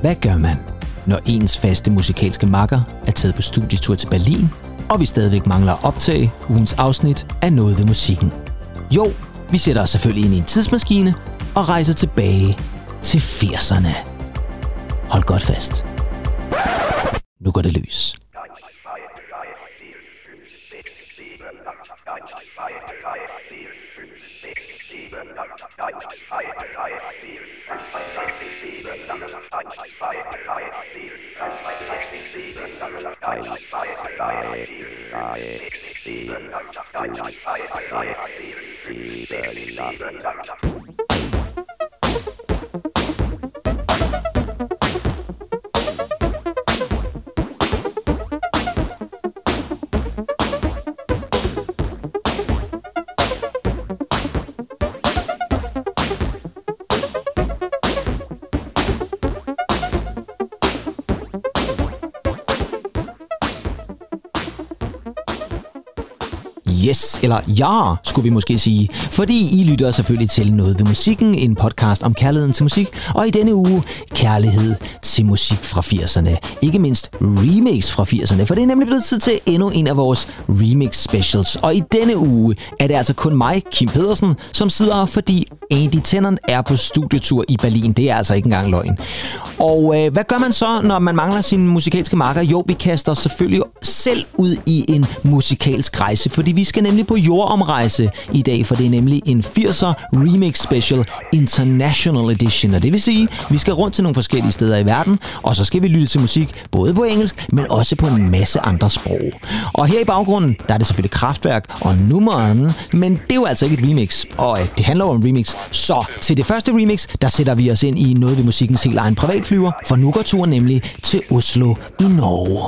Hvad gør man, når ens faste musikalske makker er taget på studietur til Berlin, og vi stadigvæk mangler at optage ugens afsnit af Noget ved musikken? Jo, vi sætter os selvfølgelig ind i en tidsmaskine og rejser tilbage til 80'erne. Hold godt fast. Nu går det løs. Yes, eller ja, skulle vi måske sige. Fordi I lytter selvfølgelig til Noget ved musikken, en podcast om kærligheden til musik, og i denne uge kærlighed til musik fra 80'erne. Ikke mindst remix fra 80'erne, for det er nemlig blevet tid til endnu en af vores remix specials. Og i denne uge er det altså kun mig, Kim Pedersen, som sidder her, fordi Andy Tennant er på studietur i Berlin. Det er altså ikke engang løgn. Og hvad gør man så, når man mangler sine musikalske marker? Jo, vi kaster os selvfølgelig selv ud i en musikalsk rejse, fordi vi skal nemlig på jordomrejse i dag, for det er nemlig en 80'er remix special International Edition. Og det vil sige, vi skal rundt til nogle forskellige steder i verden, og så skal vi lytte til musik både på engelsk, men også på en masse andre sprog. Og her i baggrunden, der er det selvfølgelig Kraftwerk og nummeren, men det er jo altså ikke et remix, og det handler jo om remix. Så til det første remix, der sætter vi os ind i Noget ved musikkens helt egen privatflyver, for nu går turen nemlig til Oslo i Norge.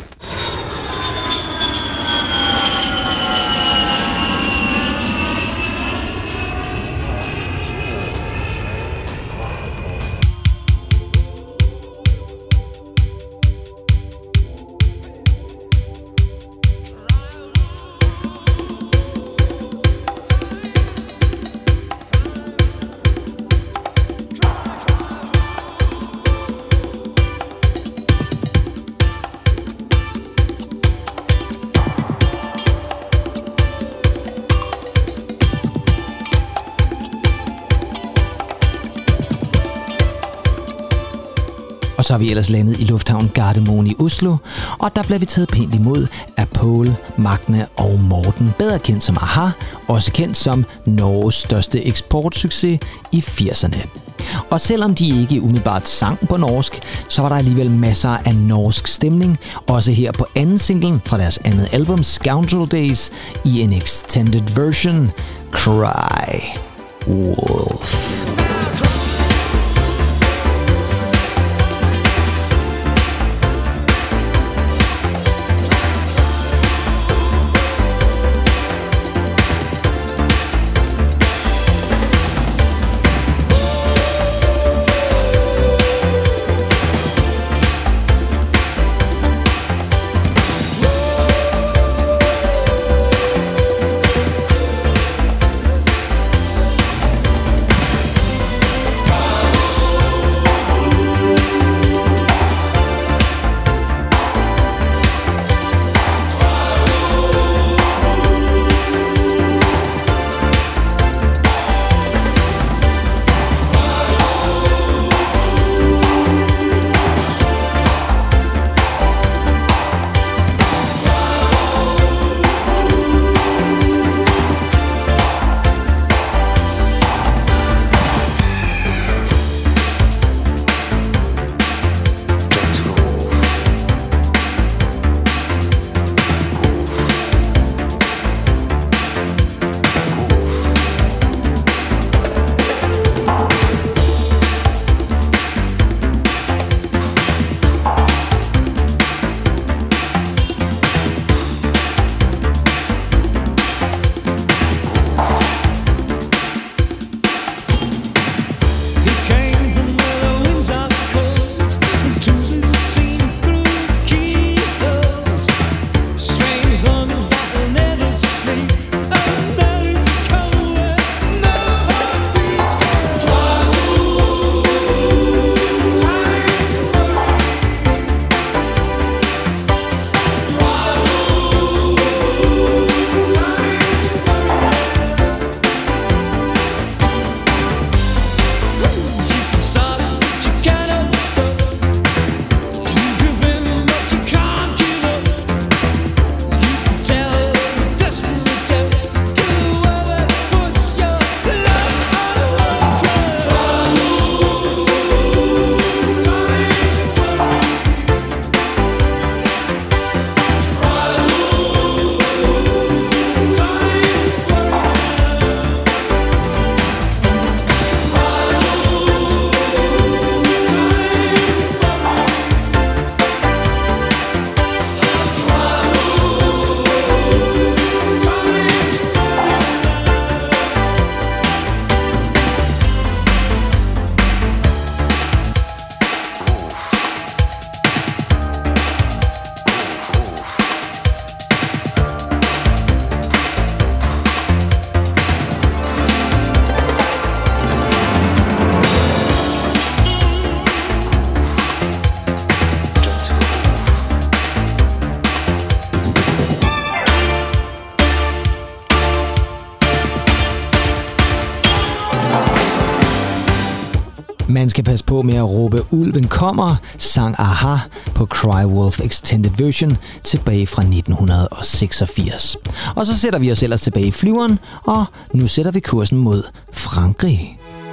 Og så er vi ellers landet i lufthavn Gardermoen i Oslo, og der bliver vi taget pænt imod af Paul, Magne og Morten, bedre kendt som Aha, også kendt som Norges største eksportsucces i 80'erne. Og selvom de ikke umiddelbart sang på norsk, så var der alligevel masser af norsk stemning, også her på anden singlen fra deres andet album Scoundrel Days i en extended version, Cry Wolf. Man skal passe på med at råbe ulven kommer, sang Aha på Cry Wolf Extended Version tilbage fra 1986. Og så sætter vi os ellers tilbage i flyveren, og nu sætter vi kursen mod Frankrig.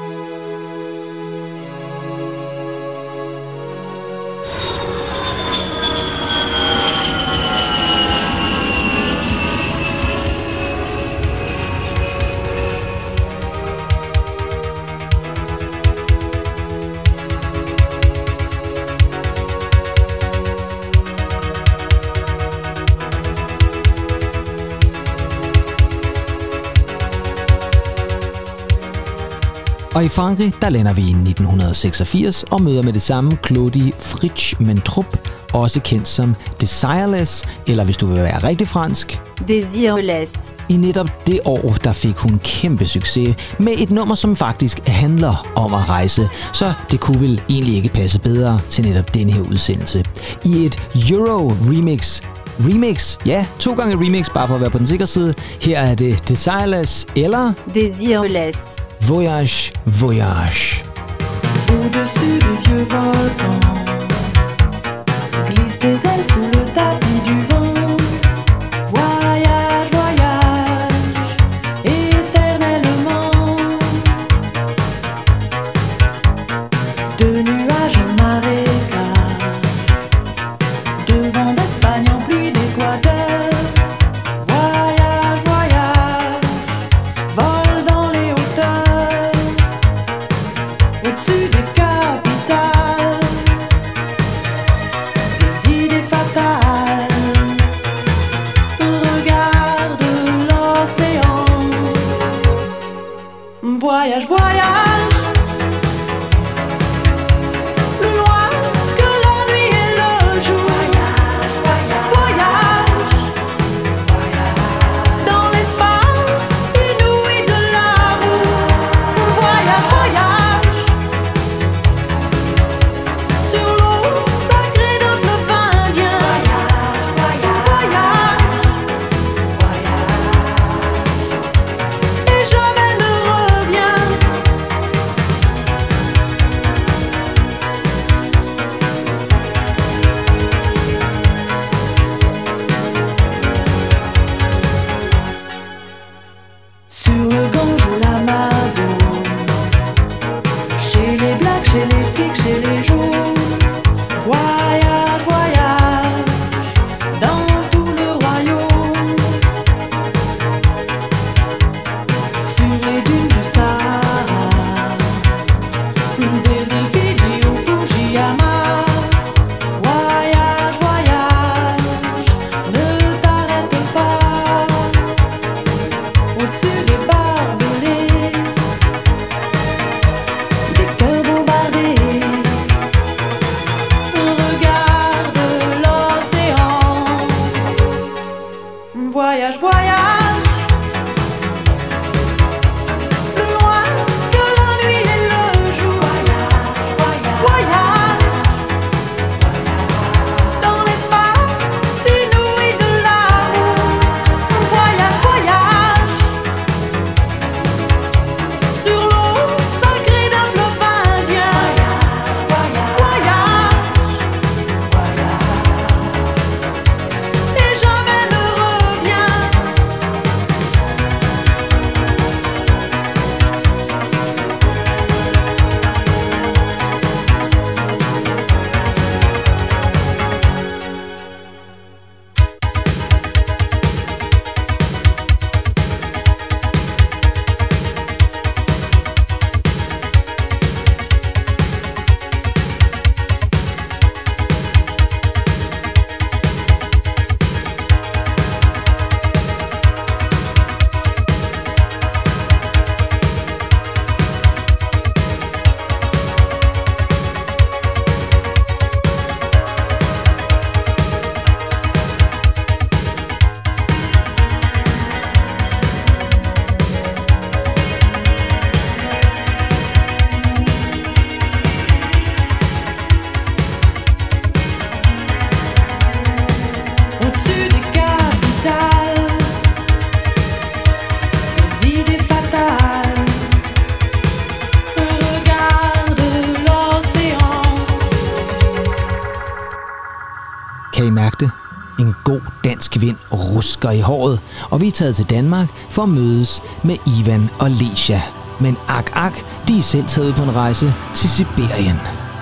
Og i Frankrig, der lander vi i 1986 og møder med det samme Claudie Fritsch-Mentrup, også kendt som Desireless, eller hvis du vil være rigtig fransk, Desireless. I netop det år, der fik hun kæmpe succes med et nummer, som faktisk handler om at rejse, så det kunne vel egentlig ikke passe bedre til netop denne her udsendelse. I et Euro-remix. Remix? Ja, 2 gange remix, bare for at være på den sikre side. Her er det Desireless eller Desireless. Voyage, voyage. Au-dessus des vieux volcans glissent des ailes sous le tapis du vent. Voyage, voyage, éternellement. De nuages en marécage, de vent d'Espagne en pluie d'Équateur. Voyage, voyage, vol dans les hauteurs. Au-dessus des capitales, Kan I mærke det? En god dansk vind rusker i håret, og vi er taget til Danmark for at mødes med Ivan og Lecia. Men ak, de er selv taget på en rejse til Sibirien.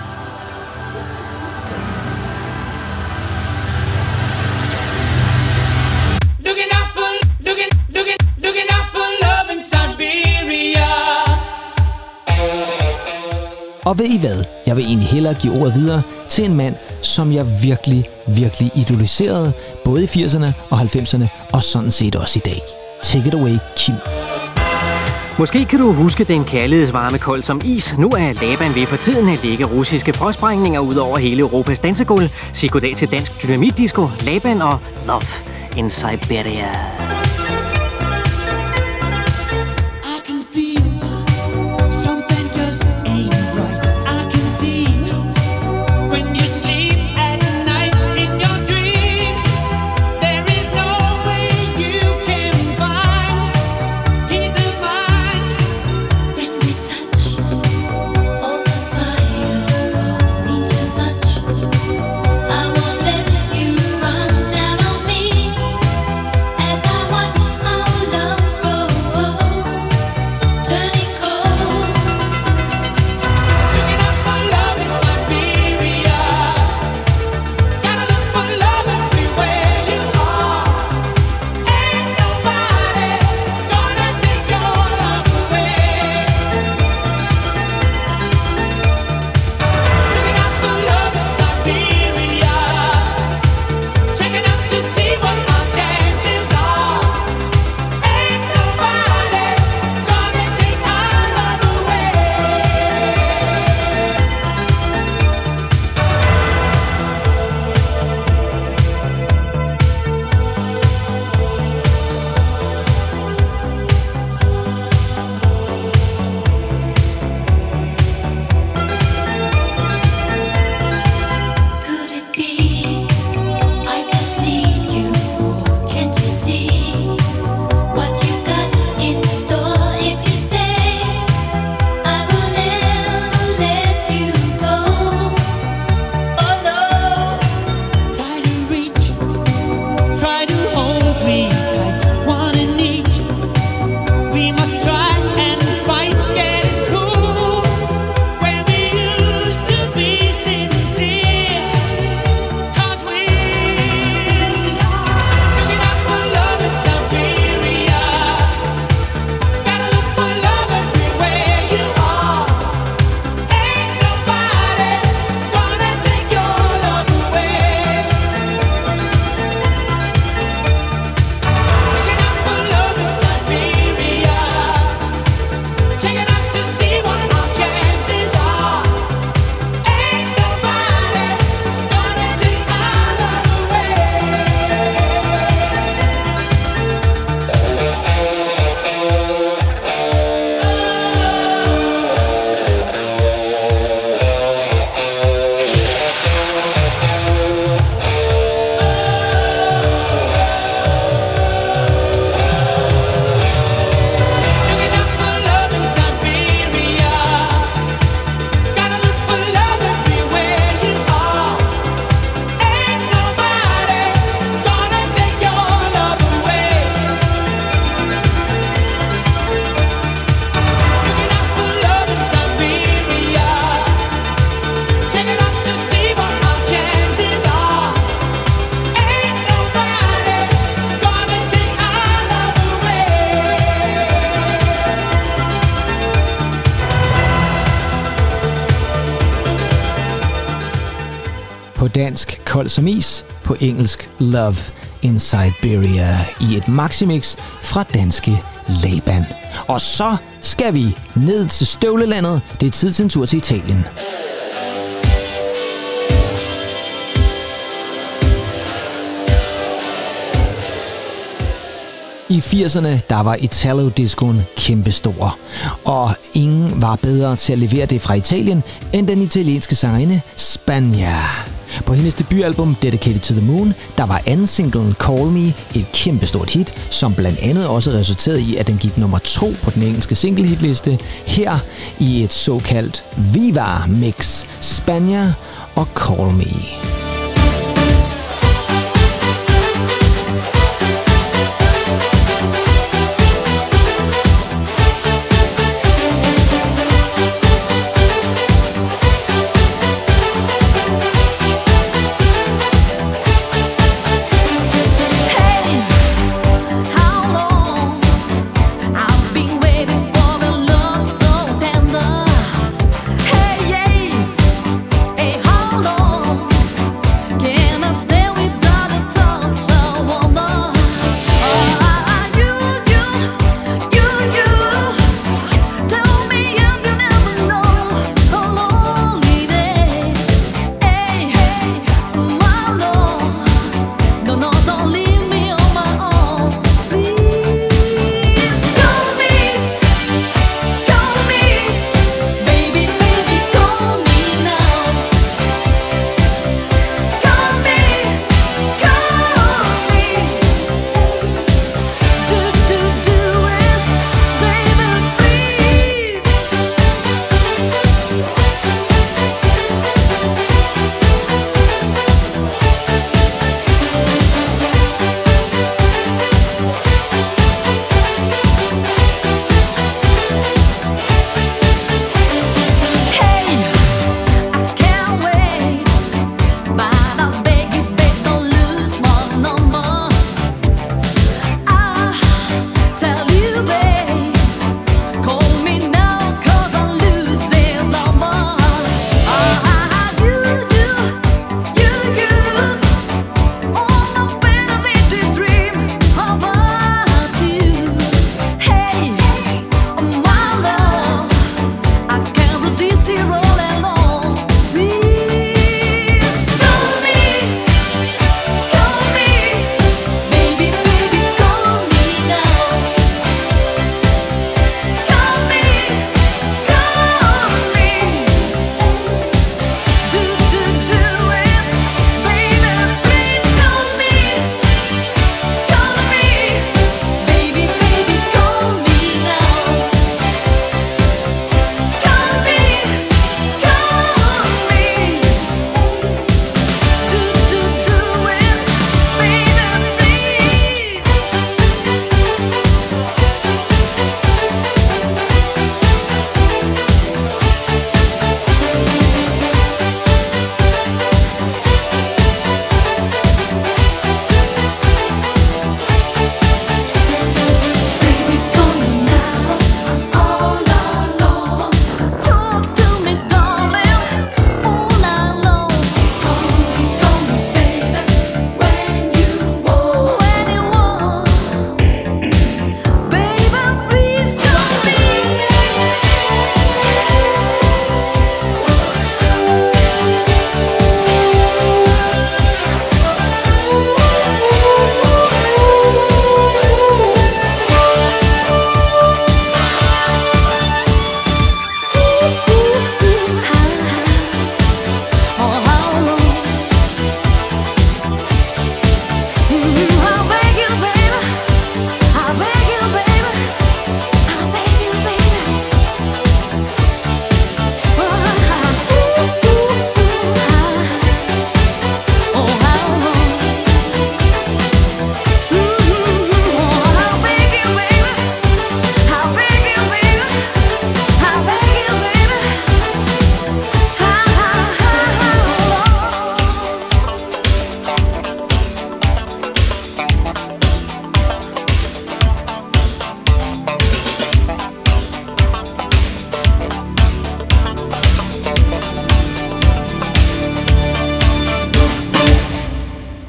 Og ved I hvad? Jeg vil egentlig hellere give ordet videre til en mand, som jeg virkelig idoliserede, både i 80'erne og 90'erne, og sådan set også i dag. Take it away, Kim. Måske kan du huske den kærlighedsvarme kold som is. Nu er Laban ved for tiden at lægge russiske påsprængninger ud over hele Europas dansegulv. Sig goddag til dansk dynamitdisco, Laban og Love in Siberia. På dansk Kold som is, på engelsk Love in Siberia i et maximix fra danske Laban. Og så skal vi ned til støvlelandet. Det er tid til en tur til Italien. I 80'erne, der var Italo-discoen kæmpestor, og ingen var bedre til at levere det fra Italien end den italienske sangerinde Spagna. På hendes debutalbum Dedicated to the Moon, der var anden singlen Call Me et kæmpestort hit, som blandt andet også resulterede i, at den gik nummer 2 på den engelske singlehitliste, her i et såkaldt Viva Mix, Spagna og Call Me.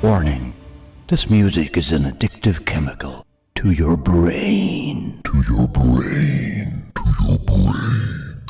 Warning. This music is an addictive chemical to your brain. To your brain. To your brain.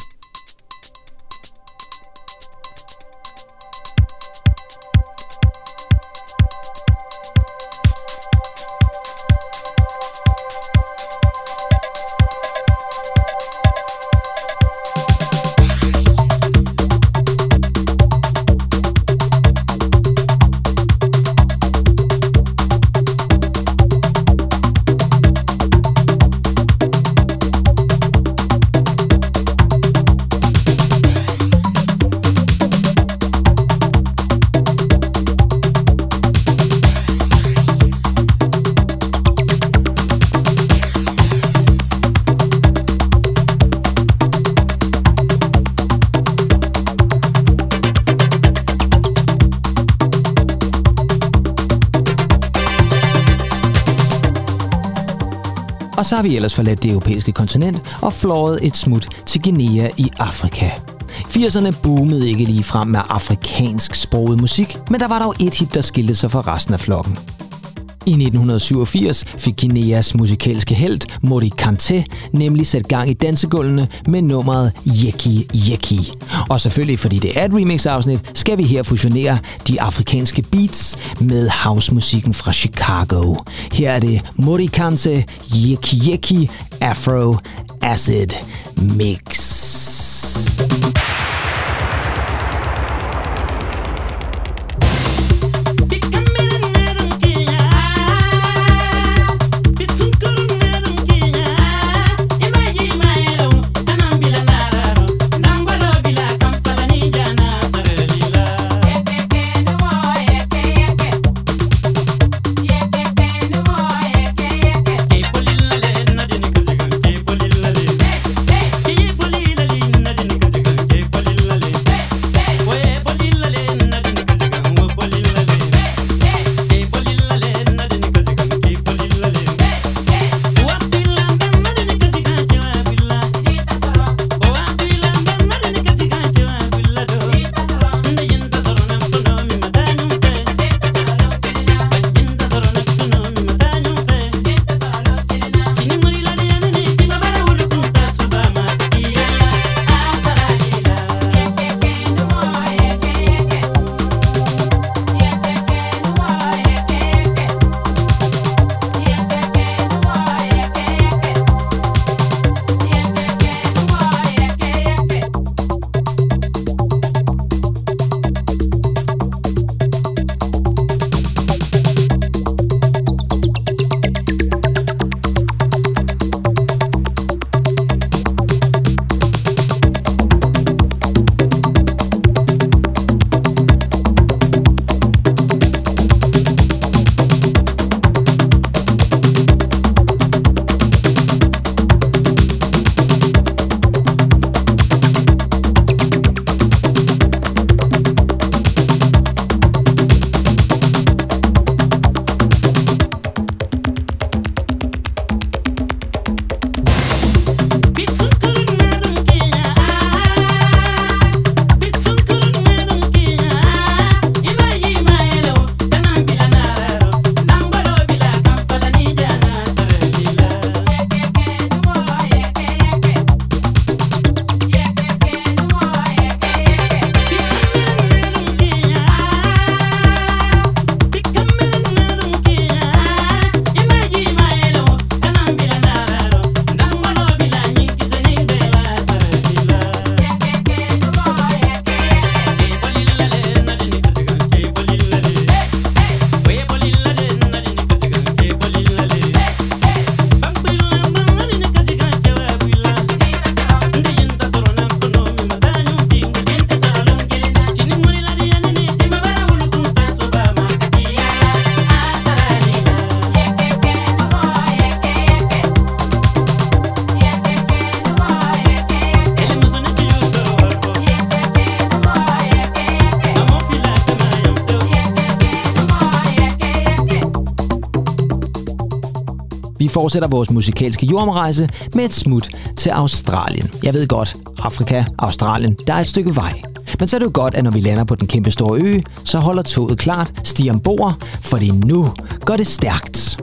Og så har vi ellers forladt det europæiske kontinent og fløjet et smut til Guinea i Afrika. 80'erne boomede ikke lige frem med afrikansk sproget musik, men der var dog et hit, der skilte sig fra resten af flokken. I 1987 fik Guineas musikalske helt, Modi Kanté, nemlig sat gang i dansegulvene med nummeret Yeki Yeki. Og selvfølgelig, fordi det er et remix-afsnit, skal vi her fusionere de afrikanske beats med housemusikken fra Chicago. Her er det Modi Kanté, Yeki Yeki, Afro Acid Mix. Vi fortsætter vores musikalske jordomrejse med et smut til Australien. Jeg ved godt, Afrika, Australien, der er et stykke vej. Men så er det jo godt, at når vi lander på den kæmpe store ø, så holder toget klart, stig ombord, for det nu går det stærkt.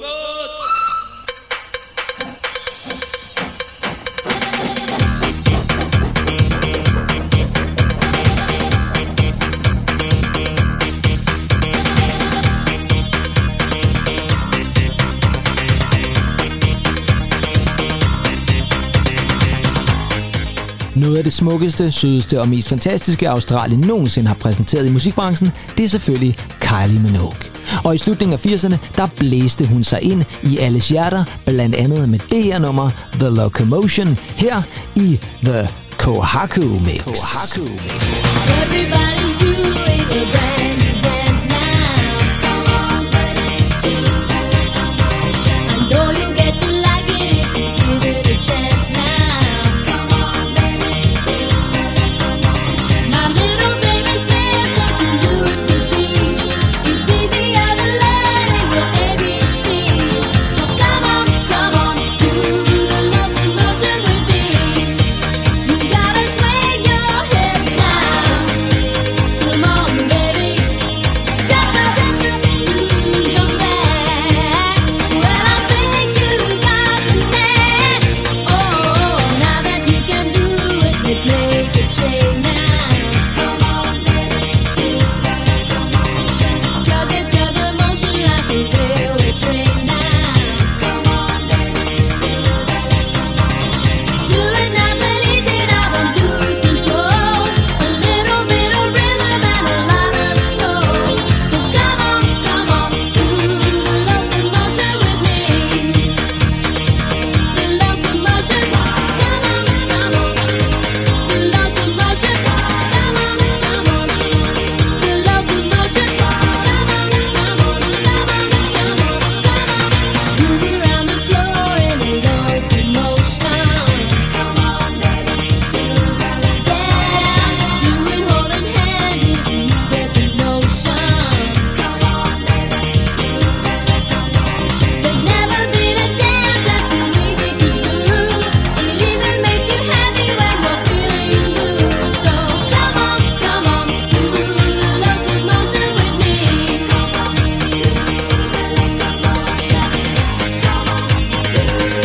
Noget af det smukkeste, sødeste og mest fantastiske Australien nogensinde har præsenteret i musikbranchen, det er selvfølgelig Kylie Minogue. Og i slutningen af 80'erne, der blæste hun sig ind i alles hjerter, blandt andet med det her nummer, The Locomotion, her i The Kohaku Mix. Everybody's doing a brand new dance now. Come on, baby, do the locomotion. I know you get to like it if you give it a chance now. Come on, baby, do the locomotion. My little baby says don't you do it with me. It's easier than learning your ABCs. So come on, do the locomotion with me. You gotta swing your hips now. Come on, baby. Jump up, jump back. Well, I think you got the knack. Oh, now that you can do it, let's make a change now. Come on, baby, do the locomotion. Chug a motion like a railway train now. Come on, baby, do the locomotion. Do it nice and easy now, don't lose control. A little bit of rhythm and a lot of soul. So come on, do the locomotion with me. The locomotion, come on, the locomotion, come on, the locomotion, move around the floor in a locomotion. Come on, baby, do the locomotion. Do it holding hands if you get the notion. Come on, baby, do the locomotion. There's never been a dance that's too easy to do. It even makes you happy when you're feeling blue. So come on, do the locomotion with me. Come on, do the locomotion. Come on, do the locomotion. Come on, do the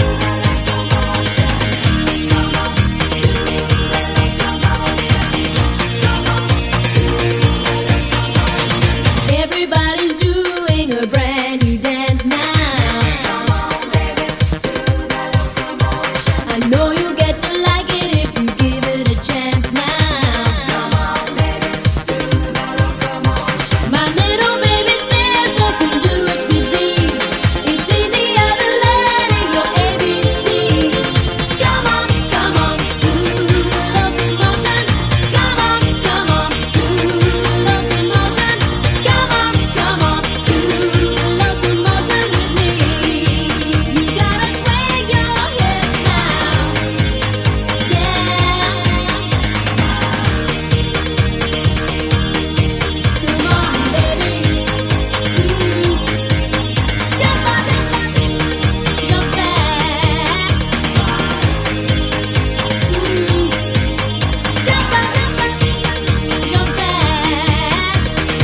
locomotion. Everybody's doing a brand new dance now. Come on, baby, do the locomotion. I know you get to like it if you give it a chance now. Come on, baby, do the locomotion. My little baby says don't you do it with ease. It's easier than learning your ABCs. Come on, do the locomotion. Come on, do the locomotion. Come on, do the locomotion with me. You gotta swing your hips now. Yeah. Come on, baby. Jump up, jump back. Jump up, jump back.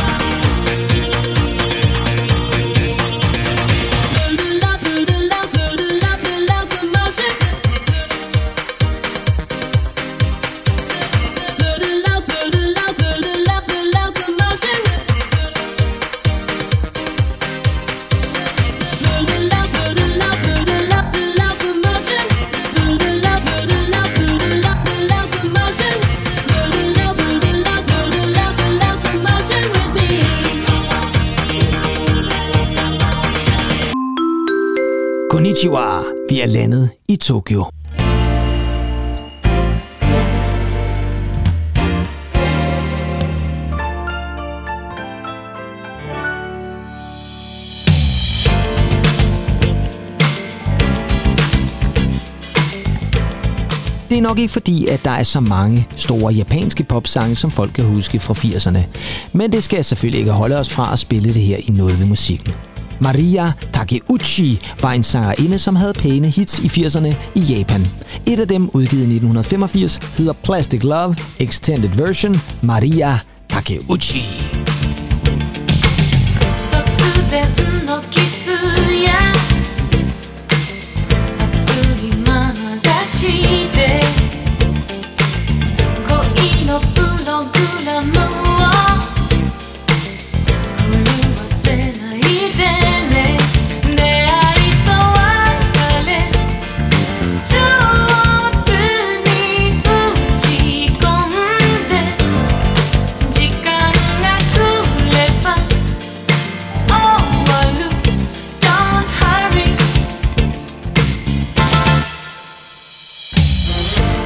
The locomotion. The locomotion. Locomotion with me. Konnichiwa, vi er landet i Tokyo. Det er nok ikke fordi, at der er så mange store japanske popsange, som folk kan huske fra 80'erne. Men det skal selvfølgelig ikke holde os fra at spille det her i Noget ved musikken. Maria Takeuchi var en sangerinde, som havde pæne hits i 80'erne i Japan. Et af dem, udgivet i 1985, hedder Plastic Love Extended Version, Maria Takeuchi. 突然のキスや熱い眼差しで恋のプログラムを狂わせないでね出会いと別れ上手に打ち込んで時間が来ればDon't hurry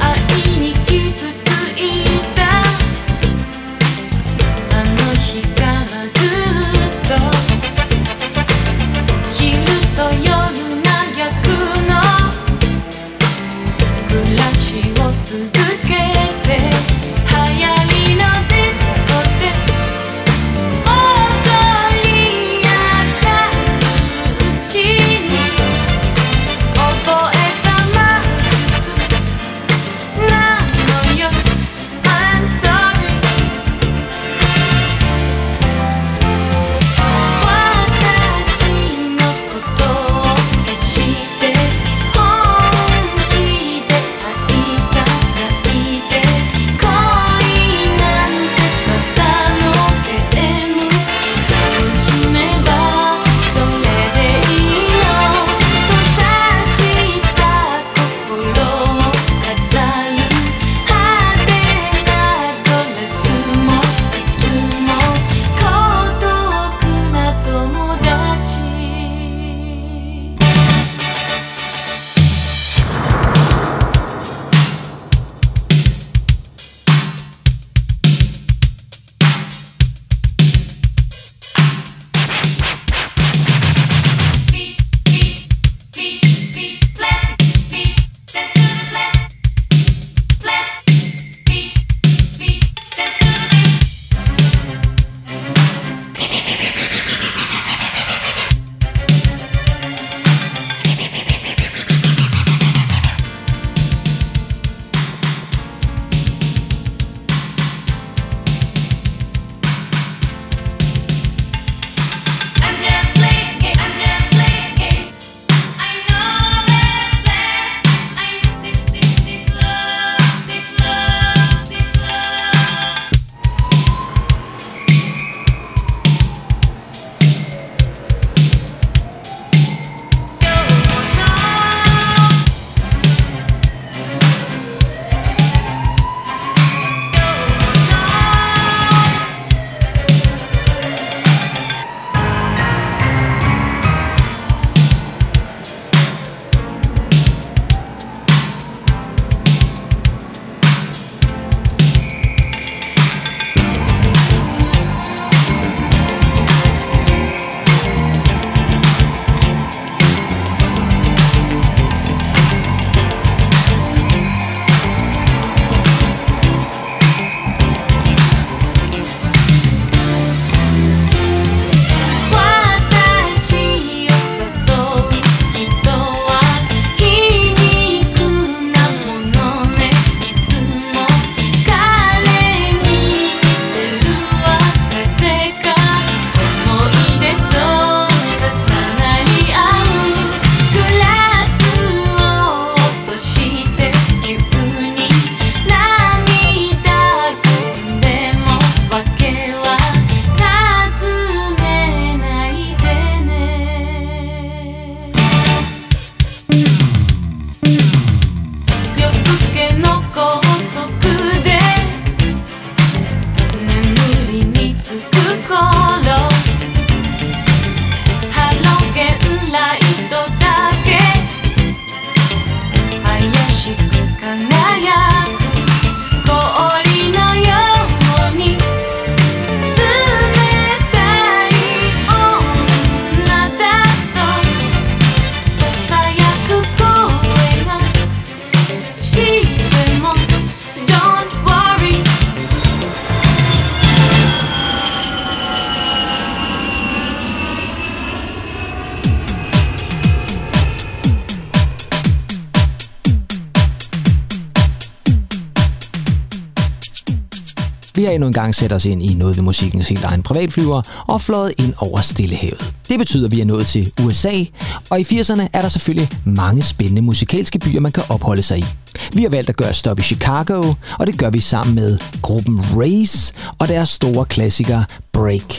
har endnu engang sat os ind i noget ved musikkens helt egen privatflyver og fløjet ind over Stillehavet. Det betyder, at vi er nået til USA, og i 80'erne er der selvfølgelig mange spændende musikalske byer, man kan opholde sig i. Vi har valgt at gøre stop i Chicago, og det gør vi sammen med gruppen Race og deres store klassiker Break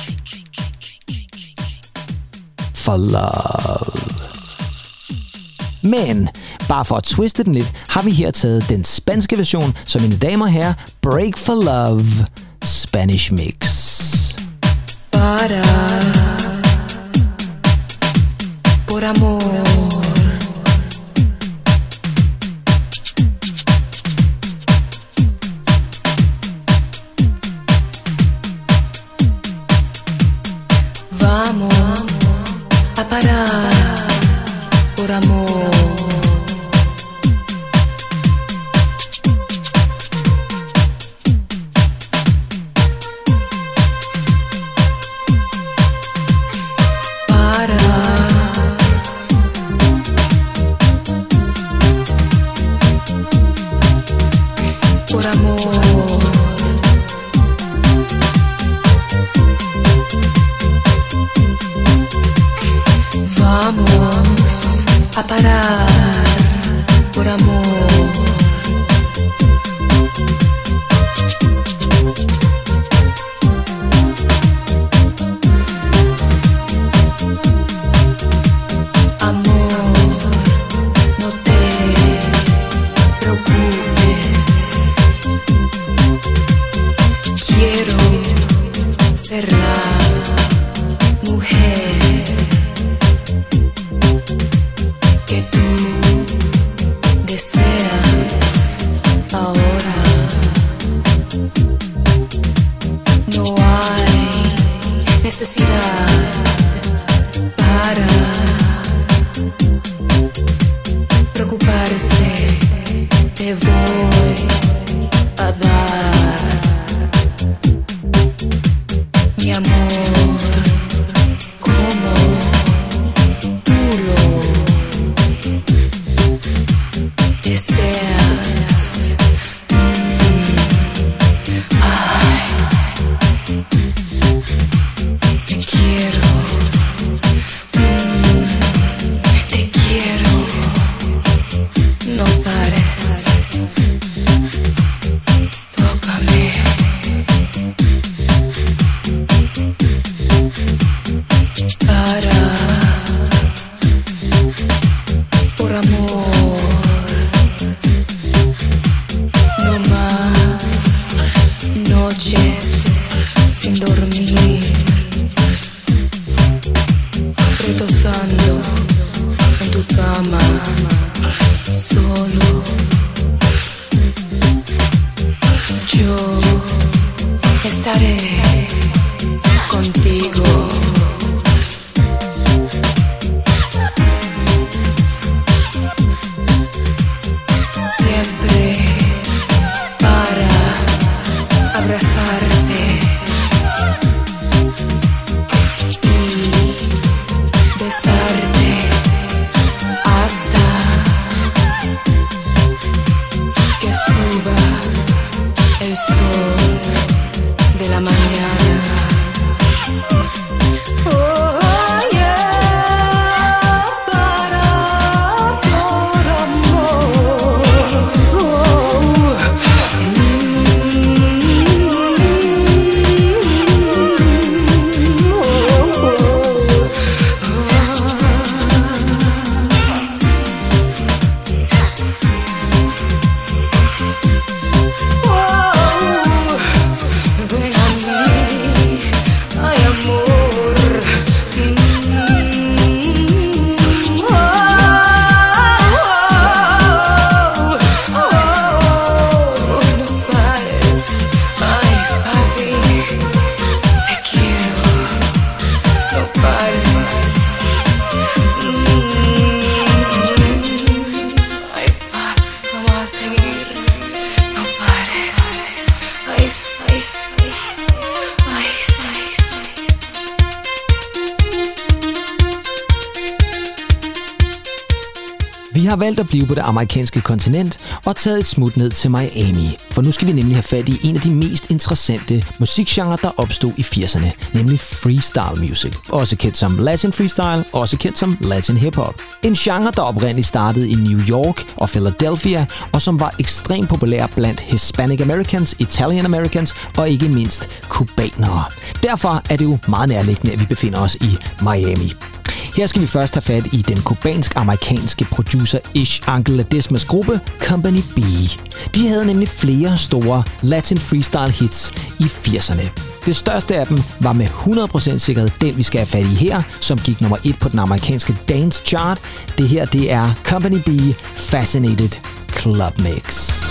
for Love. Men bare for at twiste den lidt, har vi her taget den spanske version, så mine damer og herrer, Break for Love Spanish Mix. Para por amor. Vamos a parar por amor. Por amor. Vamos a parar por amor. Amor, no te preocupes. Quiero ser la mujer que tú deseas ahora. No hay necesidad para preocuparse. Te voy a dar mi amor como tú lo deseas. Ay, te quiero. Te quiero. No pares. Tócame. har valgt at blive på det amerikanske kontinent og taget et smut ned til Miami. For nu skal vi nemlig have fat i en af de mest interessante musikgenre, der opstod i 80'erne, nemlig freestyle music. Også kendt som Latin freestyle, også kendt som Latin hip-hop. En genre, der oprindeligt startede i New York og Philadelphia, og som var ekstremt populær blandt Hispanic Americans, Italian Americans og ikke mindst kubanere. Derfor er det jo meget nærliggende, at vi befinder os i Miami. Her skal vi først have fat i den kubansk-amerikanske producer Ish Uncle Ledesmas gruppe Company B. De havde nemlig flere store Latin freestyle hits i 80'erne. Det største af dem var med 100% sikkerhed den, vi skal have fat i her, som gik nummer 1 på den amerikanske dance chart. Det her, det er Company B Fascinated Club Mix.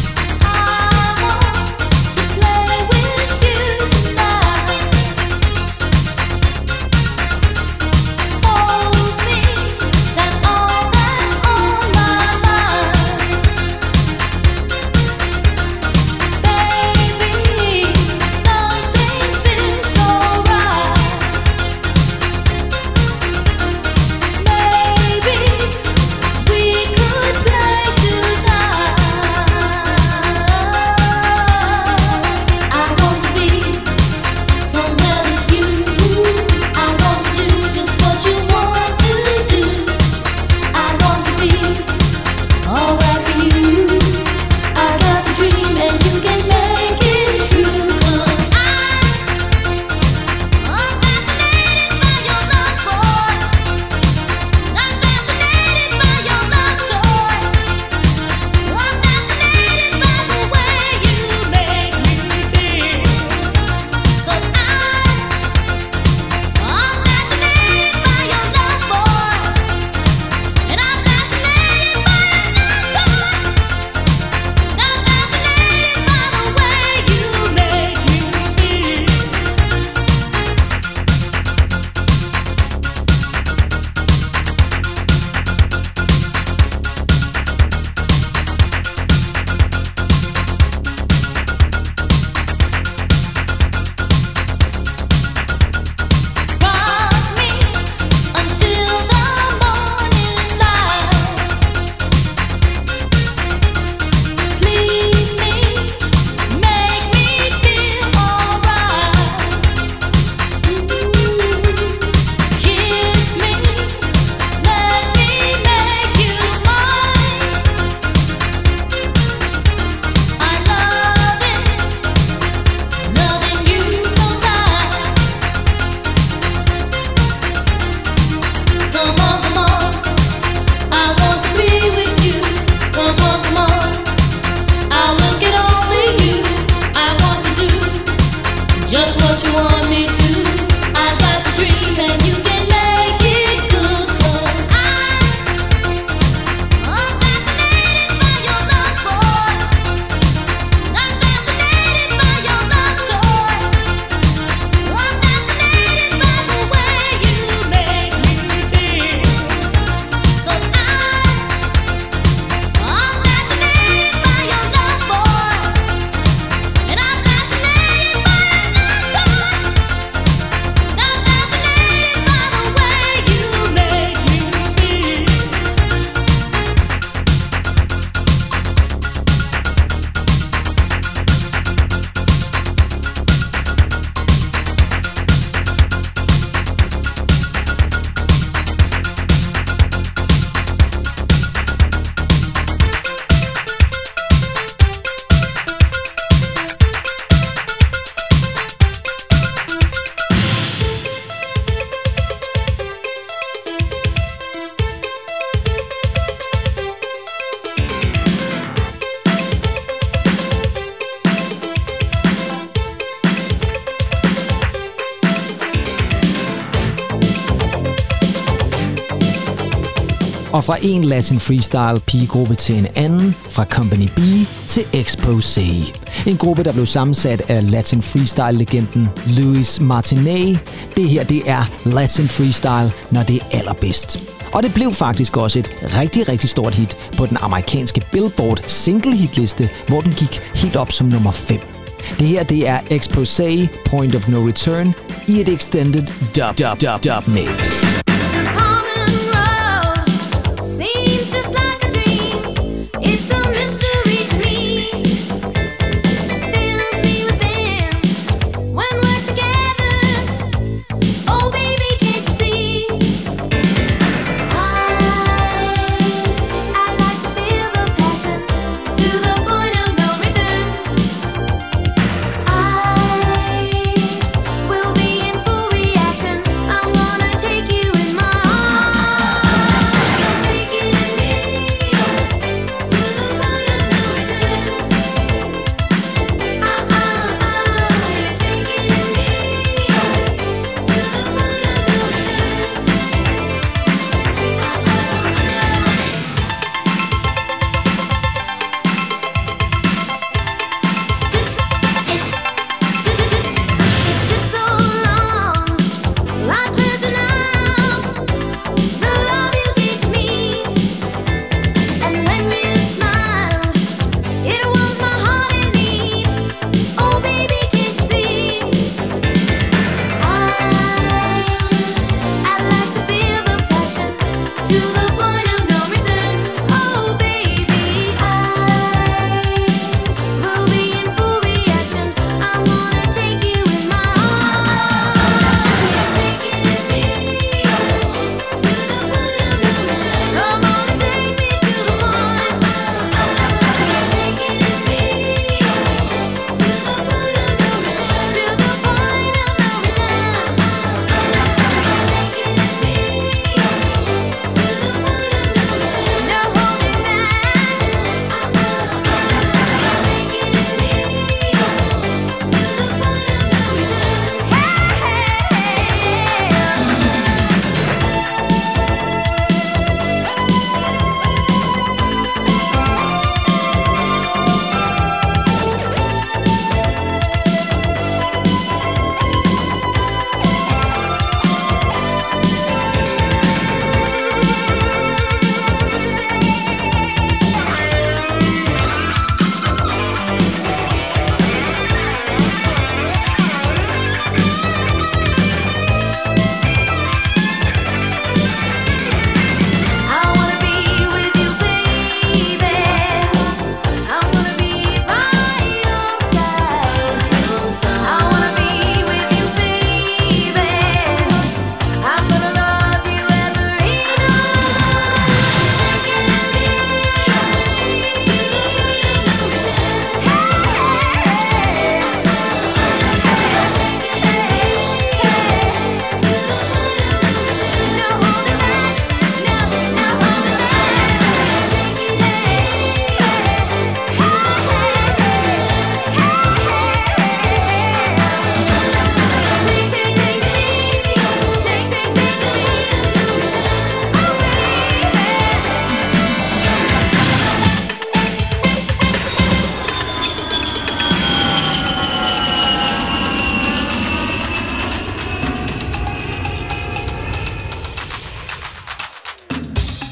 Og fra en Latin freestyle pigegruppe til en anden, fra Company B til Exposé. En gruppe, der blev sammensat af Latin freestyle-legenden Luis Martinez. Det her, det er Latin freestyle, når det er allerbedst. Og det blev faktisk også et rigtig, rigtig stort hit på den amerikanske Billboard single-hitliste, hvor den gik helt op som nummer 5. Det her, det er Exposé, Point of No Return, i et extended dub mix. Common road seems just like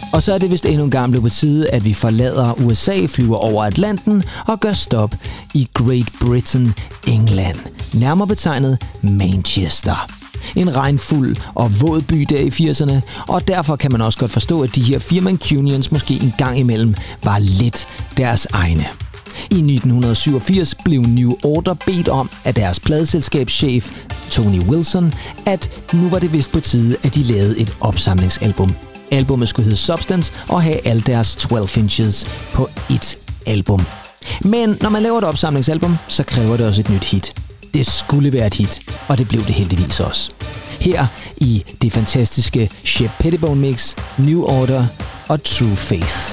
Og så er det vist endnu en gang blevet på tide, at vi forlader USA, flyver over Atlanten og gør stop i Great Britain, England. Nærmere betegnet Manchester. En regnfuld og våd by der i 80'erne, og derfor kan man også godt forstå, at de her fire Mancunians måske en gang imellem var lidt deres egne. I 1987 blev New Order bedt om af deres pladeselskabschef Tony Wilson, at nu var det vist på tide, at de lavede et opsamlingsalbum. Albummet skulle hedde Substance og have alle deres 12 inches på ét album. Men når man laver et opsamlingsalbum, så kræver det også et nyt hit. Det skulle være et hit, og det blev det heldigvis også. Her i det fantastiske Shep Pettibone mix, New Order og True Faith.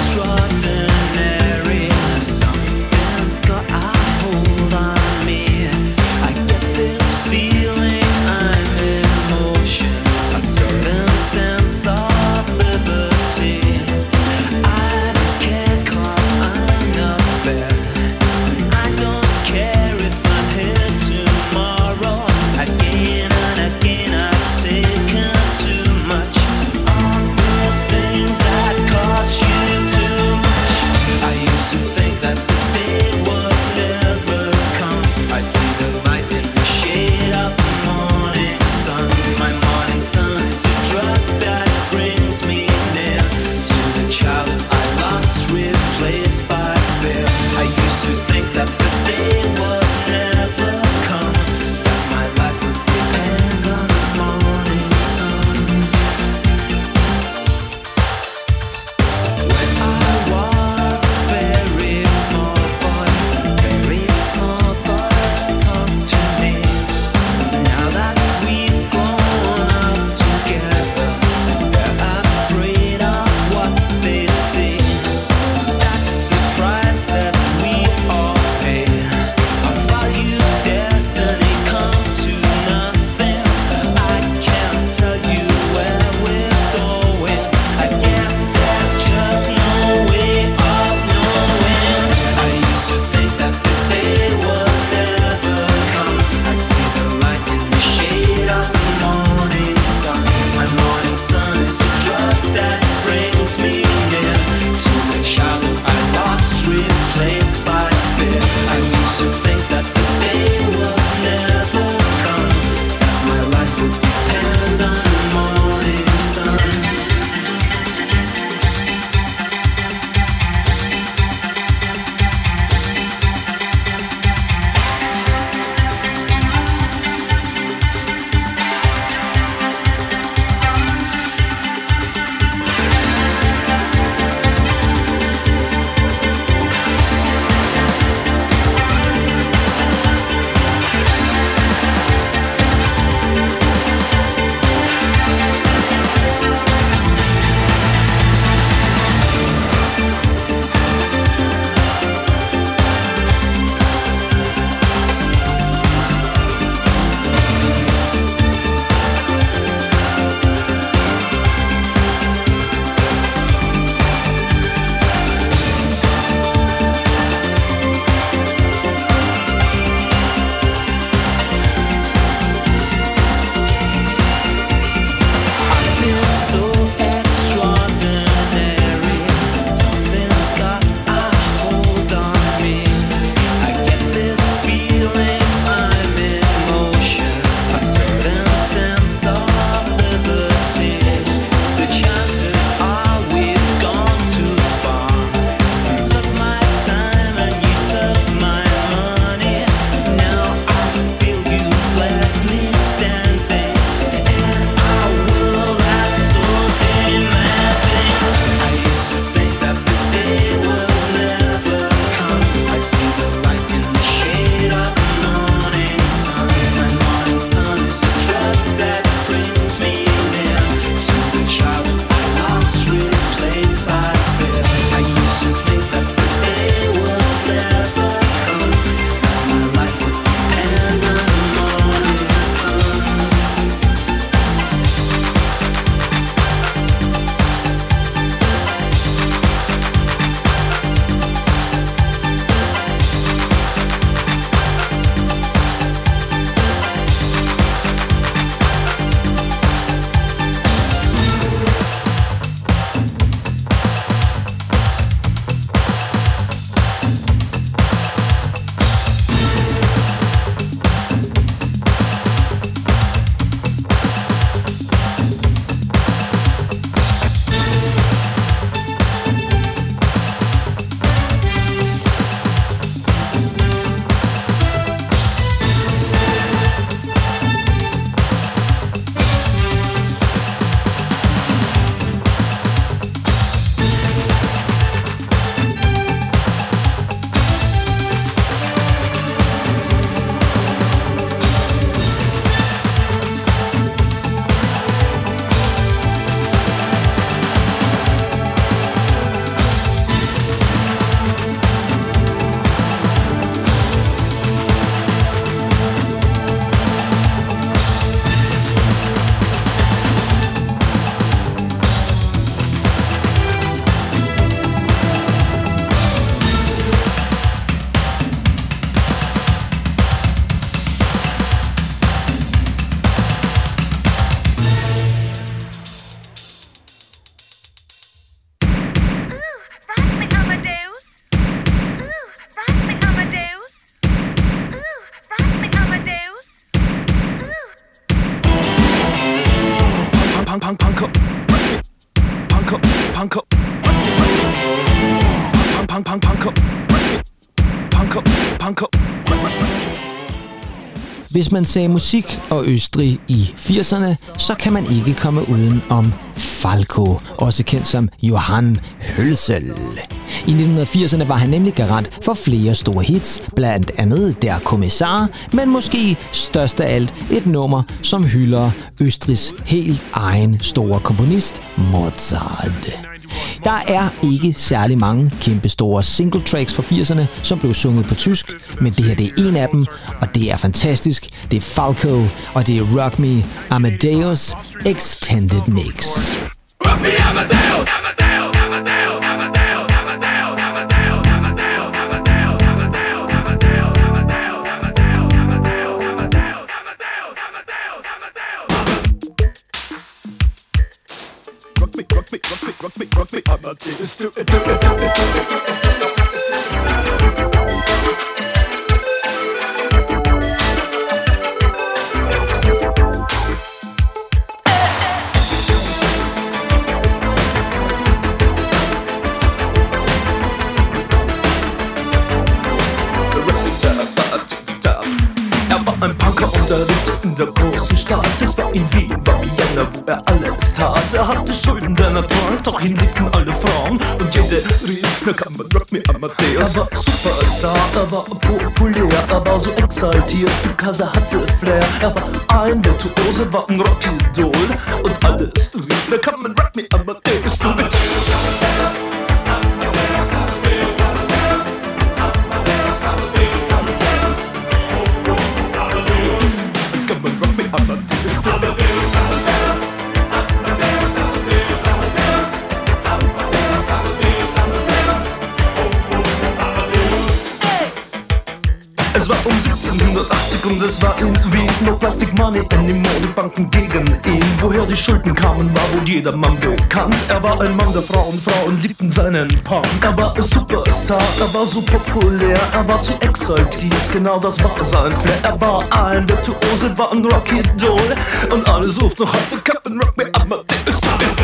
Something's got a hold on me. Hvis man sagde musik og Østrig i 80'erne, så kan man ikke komme uden om Falco, også kendt som Johann Hölzel. I 1980'erne var han nemlig garant for flere store hits, blandt andet Der Kommissar, men måske størst af alt et nummer, som hylder Østrigs helt egen store komponist, Mozart. Der er ikke særlig mange kæmpe store single tracks fra 80'erne, som blev sunget på tysk, men det her det er en af dem, og det er fantastisk. Det er Falco, og det er Rock Me Amadeus Extended Mix. Rock me Amadeus! Amadeus! Amadeus! Amadeus! Rock me, Amadeus, do it, do it, do it. Ein Punker unterrichtet in der großen Stadt. Es war in Wien, war Vienna, wo alles tat. Hatte Schulden, der Natur, doch ihn liebten alle Frauen. Und jede rief, na kann man Rock me Amadeus. War Superstar, war populär, war so exaltiert, because hatte Flair. War ein Virtuose, war ein Rockidol. Und alles rief, na kann man Rock me Amadeus. Du mit Es war um 1780 und es war in Wien. No Plastic Money anymore, die Banken gegen ihn. Woher die Schulden kamen, war wohl jedermann bekannt. Er war ein Mann der Frauen, Frauen liebten seinen Punk. Er war ein Superstar, er war so populär, er war zu exaltiert, genau das war sein Flair. Er war ein Virtuose, war ein Rockidol. Und alle suchten noch heute Captain Rock me Amadeus.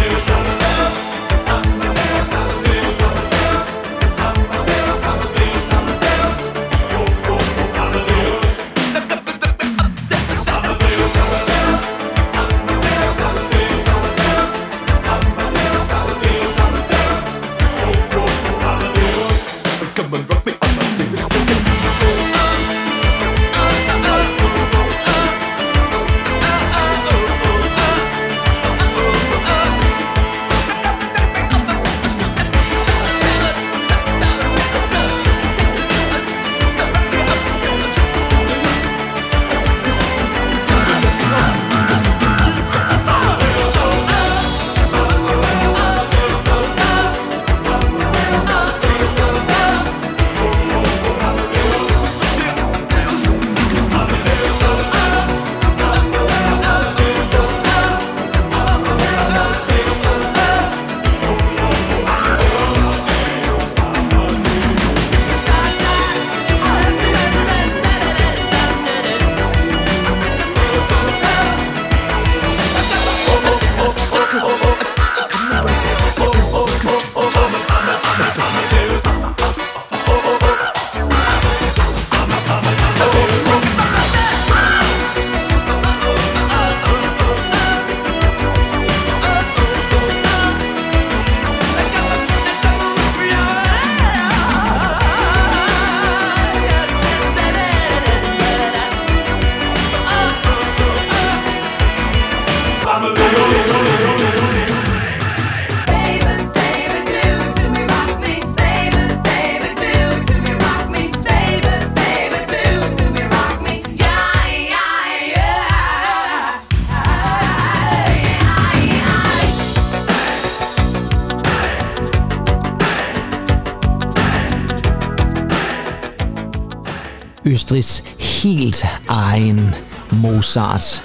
Østrigs helt egen Mozart,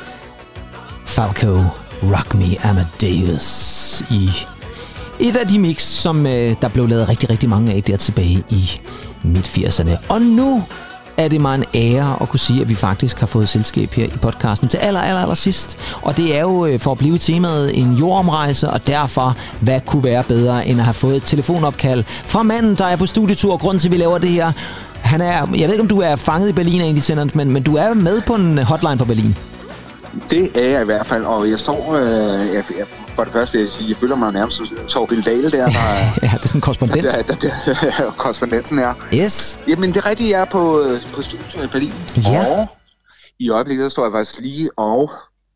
Falco, Rock Me Amadeus, i et af de mix, som der blev lavet rigtig, rigtig mange af der tilbage i midt-80'erne. Og nu er det mig en ære at kunne sige, at vi faktisk har fået selskab her i podcasten til aller sidst. Og det er jo for at blive i temaet en jordomrejse, og derfor, hvad kunne være bedre end at have fået et telefonopkald fra manden, der er på studietur. Grunden til, at vi laver det her, han er, jeg ved ikke, om du er fanget i Berlin af en af de sender, men du er med på en hotline fra Berlin. Det er jeg i hvert fald, og jeg står... for det første vil jeg sige, jeg føler mig nærmest Torbild Dahl der. Ja, det er sådan en korrespondent. Der korrespondenten er. Yes. Jamen, det er rigtigt, jeg er på studiet i Berlin. Ja. Og i øjeblikket der står jeg faktisk lige og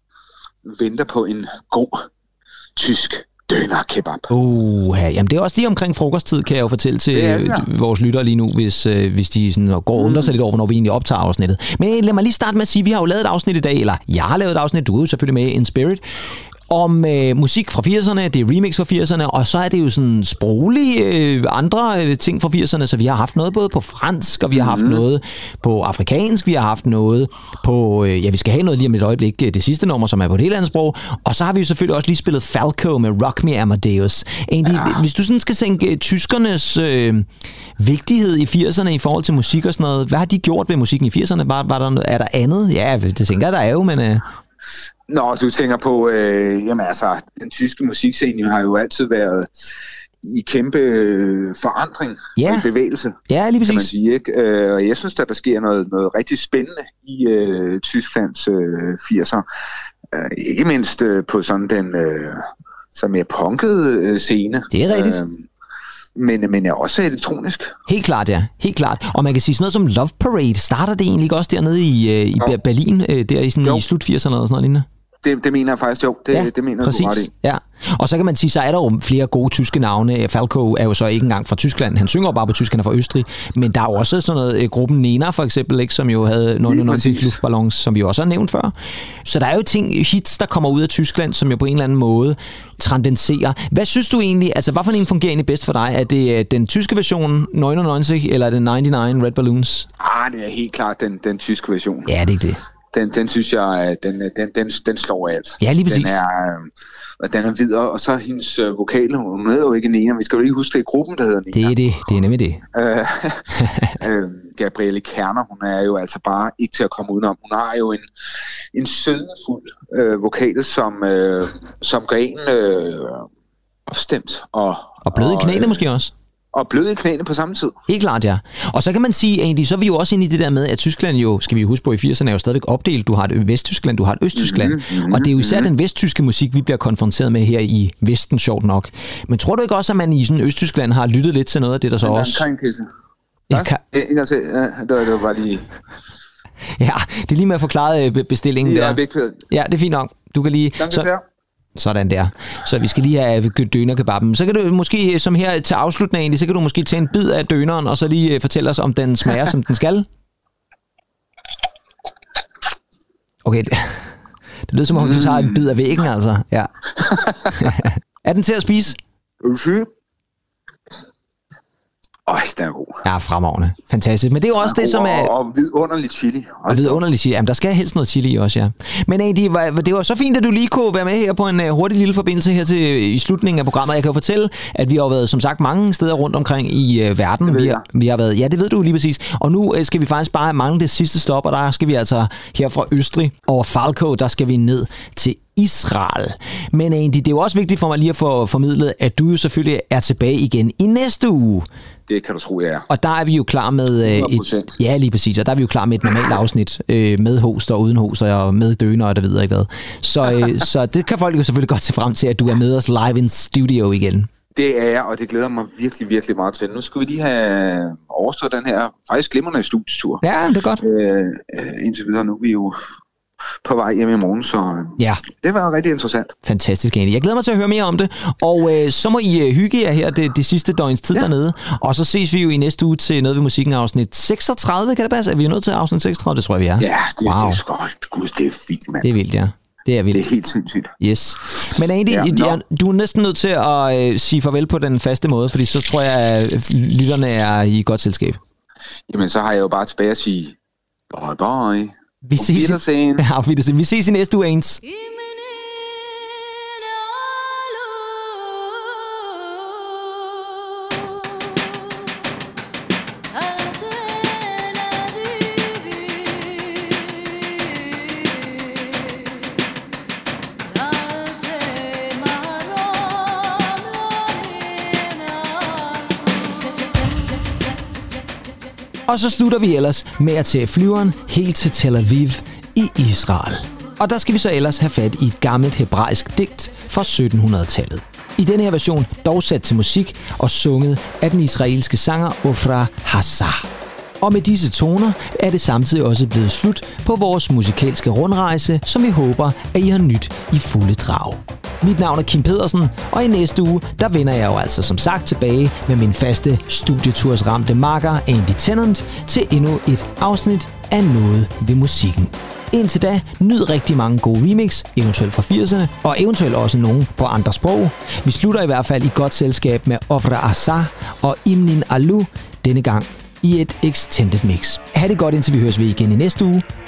venter på en god tysk døner kebab. Jamen det er også lige omkring frokosttid, kan jeg jo fortælle til vores lyttere lige nu, hvis de sådan går og undrer sig lidt over, hvornår vi egentlig optager afsnittet. Men lad mig lige starte med at sige, at vi har jo lavet et afsnit i dag, eller jeg har lavet et afsnit, du er jo selvfølgelig med in spirit, om musik fra 80'erne, det er remix fra 80'erne, og så er det jo sådan sproglige andre ting fra 80'erne, så vi har haft noget både på fransk, og vi har haft noget på afrikansk, vi har haft noget på, vi skal have noget lige om et øjeblik, det sidste nummer, som er på et helt andet sprog, og så har vi jo selvfølgelig også lige spillet Falco med Rock Me Amadeus. Egentlig, hvis du sådan skal tænke tyskernes vigtighed i 80'erne i forhold til musik og sådan noget, hvad har de gjort ved musikken i 80'erne? Er der andet? Ja, det tænker jeg, der er jo, men... Nå, du tænker på, den tyske musikscene har jo altid været i kæmpe forandring og i bevægelse, ja, lige præcis. kan man sige, ikke? Og jeg synes, der sker noget rigtig spændende i Tysklands 80'er. Ikke mindst på sådan den så mere punkede scene. Det er rigtigt. Men er også elektronisk. Helt klart, ja. Helt klart. Og man kan sige sådan noget som Love Parade. Starter det egentlig ikke også dernede i Berlin, der i slut 80'erne eller sådan noget lignende? Det mener jeg faktisk, jo. Det mener præcis. Du ret i. Ja. Og så kan man sige, så er der jo flere gode tyske navne. Falco er jo så ikke engang fra Tyskland. Han synger bare på tysk, han er fra Østrig. Men der er jo også sådan noget, gruppen Nena for eksempel, ikke, som jo havde nogle luftballons, som vi også har nævnt før. Så der er jo hits, der kommer ud af Tyskland, som jo på en eller anden måde transcenderer. Hvad synes du egentlig, altså hvad for en fungerer egentlig bedst for dig? Er det den tyske version 99, eller er det 99 Red Balloons? Det er helt klart den tyske version. Ja, det er ikke det. Den synes jeg, den slår alt. Ja, lige præcis. Den er videre, og så hendes vokale, hun hedder jo ikke Nena, vi skal jo lige huske, det er gruppen, der hedder Nena. Det er nemlig det. Gabrielle Kerner, hun er jo altså bare ikke til at komme udenom. Hun har jo en sødmefuld vokale, som gør en opstemt. Og blød i knæene måske også. Og blød i knæene på samme tid. Helt klart, ja. Og så kan man sige, egentlig, så er vi jo også inde i det der med, at Tyskland jo, skal vi jo huske på, i 80'erne er jo stadigvæk opdelt. Du har et Vesttyskland, du har et Østtyskland. Og det er jo især den vesttyske musik, vi bliver konfronteret med her i Vesten, sjovt nok. Men tror du ikke også, at man i sådan Østtyskland har lyttet lidt til noget af det, der så også... Det var bare lige... Ja, det er lige med at forklare bestillingen der. Ja, det er fint nok. Du kan lige... Sådan der. Så vi skal lige have dønerkebaben. Så kan du måske, som her til afslutningen, så kan du måske tage en bid af døneren, og så lige fortælle os, om den smager, som den skal. Okay, det lyder som om, du tager en bid af væggen, altså. Ja. Er den til at spise? Den er god. Ja, fremragende. Fantastisk. Men det er jo også det, som er... Og vidunderlig chili. Og vidunderlig chili. Jamen, der skal helst noget chili også, ja. Men det var så fint, at du lige kunne være med her på en hurtig lille forbindelse her i slutningen af programmet. Jeg kan jo fortælle, at vi har været, som sagt, mange steder rundt omkring i verden. Vi har været... Ja, det ved du lige præcis. Og nu skal vi faktisk bare mangle det sidste stop, og der skal vi altså her fra Østrig over Falco, der skal vi ned til Israel. Men egentlig, det er jo også vigtigt for mig lige at få formidlet, at du jo selvfølgelig er tilbage igen i næste uge. Det kan du tro, jeg er. Og der er vi jo klar med ja, lige præcis. Og der er vi jo klar med et normalt afsnit med host og uden host og med døner og der videre, ikke hvad. Så det kan folk jo selvfølgelig godt se frem til, at du er med os live in studio igen. Det er jeg, og det glæder mig virkelig, virkelig meget til. Nu skal vi lige have overstået den her faktisk glimrende studietur. Ja, det er godt. Indtil videre nu er vi jo på vej hjem i morgen, så ja. Det var rigtig interessant. Fantastisk, egentlig. Jeg glæder mig til at høre mere om det, og så må I hygge jer her det sidste døgns tid dernede, og så ses vi jo i næste uge til Noget ved musikken afsnit 36, kan det passe? Er vi jo nødt til afsnit 36? Det tror jeg, vi er. Ja, det er godt. Gud, det er vildt, mand. Det er vildt, ja. Det er vildt. Det er helt sindssygt. Yes. Men egentlig, du er næsten nødt til at sige farvel på den faste måde, fordi så tror jeg, at lytterne er i godt selskab. Jamen, så har jeg jo bare tilbage at sige bye bye. Vi ses i næste uge, Ains. Og så slutter vi ellers med at tage flyveren helt til Tel Aviv i Israel. Og der skal vi så ellers have fat i et gammelt hebraisk digt fra 1700-tallet. I denne her version dog sat til musik og sunget af den israelske sanger Ofra Hassah. Og med disse toner er det samtidig også blevet slut på vores musikalske rundrejse, som vi håber, at I har nyt i fulde drag. Mit navn er Kim Pedersen, og i næste uge, der vender jeg jo altså som sagt tilbage med min faste studietursramte makker Andy Tennant til endnu et afsnit af Noget ved musikken. Indtil da, nyd rigtig mange gode remix, eventuelt fra 80'erne, og eventuelt også nogle på andre sprog. Vi slutter i hvert fald i godt selskab med Ofra Hassah og Imnin Alu, denne gang i et extended mix. Ha' det godt, indtil vi høres ved igen i næste uge.